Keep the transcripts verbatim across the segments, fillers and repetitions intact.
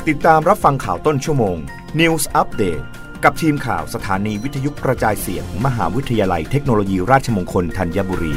ติดตามรับฟังข่าวต้นชั่วโมง News Update กับทีมข่าวสถานีวิทยุกระจายเสียง มหาวิทยาลัยเทคโนโลยีราชมงคลธัญบุรี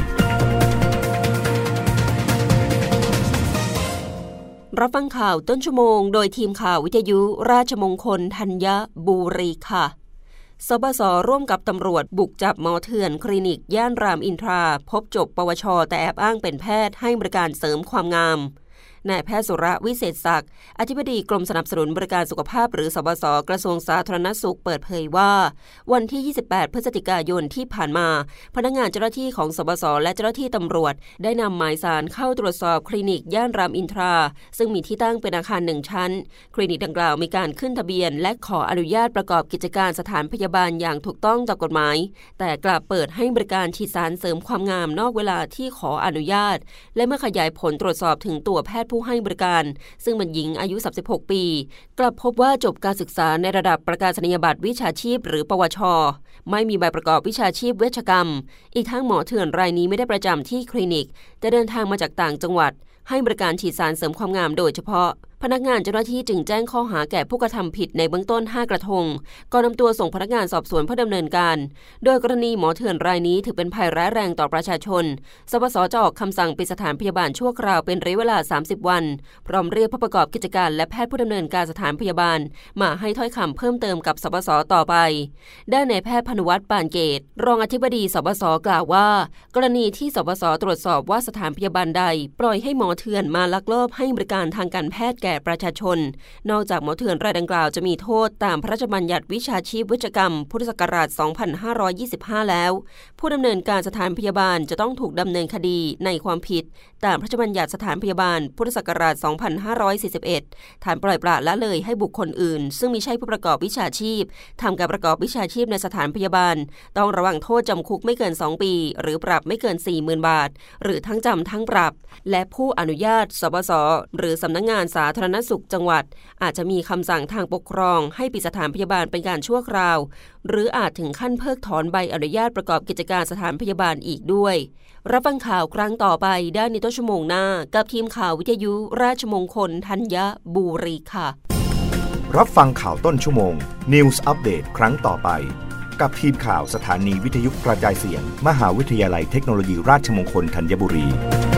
รับฟังข่าวต้นชั่วโมงโดยทีมข่าววิทยุราชมงคลธัญบุรีค่ะสบสร่วมกับตำรวจบุกจับหมอเถื่อนคลินิกย่านรามอินทราพบจบปวชแต่แอบอ้างเป็นแพทย์ให้บริการเสริมความงามนายแพทย์สุรวิเศษศักดิ์อธิบดีกรมสนับสนุนบริการสุขภาพหรือสบสกระทรวงสาธารณสุขเปิดเผยว่าวันที่ยี่สิบแปดพฤศจิกายนที่ผ่านมาพนักงานเจ้าหน้าที่ของสบสและเจ้าหน้าที่ตำรวจได้นำหมายสารเข้าตรวจสอบคลินิกย่านรามอินทราซึ่งมีที่ตั้งเป็นอาคารหนึ่งชั้นคลินิกดังกล่าวมีการขึ้นทะเบียนและขออนุญาตประกอบกิจการสถานพยาบาลอย่างถูกต้องตามกฎหมายแต่กลับเปิดให้บริการฉีดสารเสริมความงามนอกเวลาที่ขออนุญาตและเมื่อขยายผลตรวจสอบถึงตัวแพทย์ผู้ให้บริการซึ่งเป็นหญิงอายุสามสิบหกปีกลับพบว่าจบการศึกษาในระดับประกาศนียบัตรวิชาชีพหรือปวชไม่มีใบประกอบวิชาชีพเวชกรรมอีกทั้งหมอเถื่อนรายนี้ไม่ได้ประจำที่คลินิกแต่เดินทางมาจากต่างจังหวัดให้บริการฉีดสารเสริมความงามโดยเฉพาะพนักงานเจ้าหน้าที่จึงแจ้งข้อหาแก่ผู้กระทำผิดในเบื้องต้นห้ากระทงก่อนนำตัวส่งพนักงานสอบสวนเพื่อดำเนินการโดยกรณีหมอเถื่อนรายนี้ถือเป็นภัยร้ายแรงต่อประชาชนสบสจะออกคำสั่งปิดสถานพยาบาลชั่วคราวเป็นระยะเวลาสามสิบวันพร้อมเรียกผู้ประกอบกิจการและแพทย์ผู้ดำเนินการสถานพยาบาลมาให้ถ้อยคำเพิ่มเติมกับสบสต่อไปด้านนายแพทย์พนุวัฒน์ปานเกตรองอธิบดีสบสกล่าวว่ากรณีที่สบสตรวจสอบว่าสถานพยาบาลใดปล่อยให้หมอเถื่อนมาลักลอบให้บริการทางการแพทย์แก่ประชาชนนอกจากหมอเถื่อนรายดังกล่าวจะมีโทษตามพระราชบัญญัติวิชาชีพเวชกรรมพุทธศักราชสองพันห้าร้อยยี่สิบห้าแล้วผู้ดำเนินการสถานพยาบาลจะต้องถูกดำเนินคดีในความผิดตามพระราชบัญญัติสถานพยาบาลพุทธศักราชสองพันห้าร้อยสี่สิบเอ็ดฐานปล่อยปละละเลยให้บุคคลอื่นซึ่งมิใช่ผู้ประกอบวิชาชีพทำการประกอบวิชาชีพในสถานพยาบาลต้องระวังโทษจำคุกไม่เกินสองปีหรือปรับไม่เกิน สี่หมื่น บาทหรือทั้งจำทั้งปรับและผู้อนุญาตสบสหรือสำนักงานสาธารณสุขจังหวัดอาจจะมีคำสั่งทางปกครองให้ปิดสถานพยาบาลเป็นการชั่วคราวหรืออาจถึงขั้นเพิกถอนใบอนุญาตประกอบกิจการสถานพยาบาลอีกด้วยรับฟังข่าวครั้งต่อไปได้ในต้นชั่วโมงหน้ากับทีมข่าววิทยุราชมงคลธัญบุรีค่ะรับฟังข่าวต้นชั่วโมง News Update ครั้งต่อไปกับทีมข่าวสถานีวิทยุกระจายเสียง มหาวิทยาลัยเทคโนโลยีราชมงคลธัญบุรี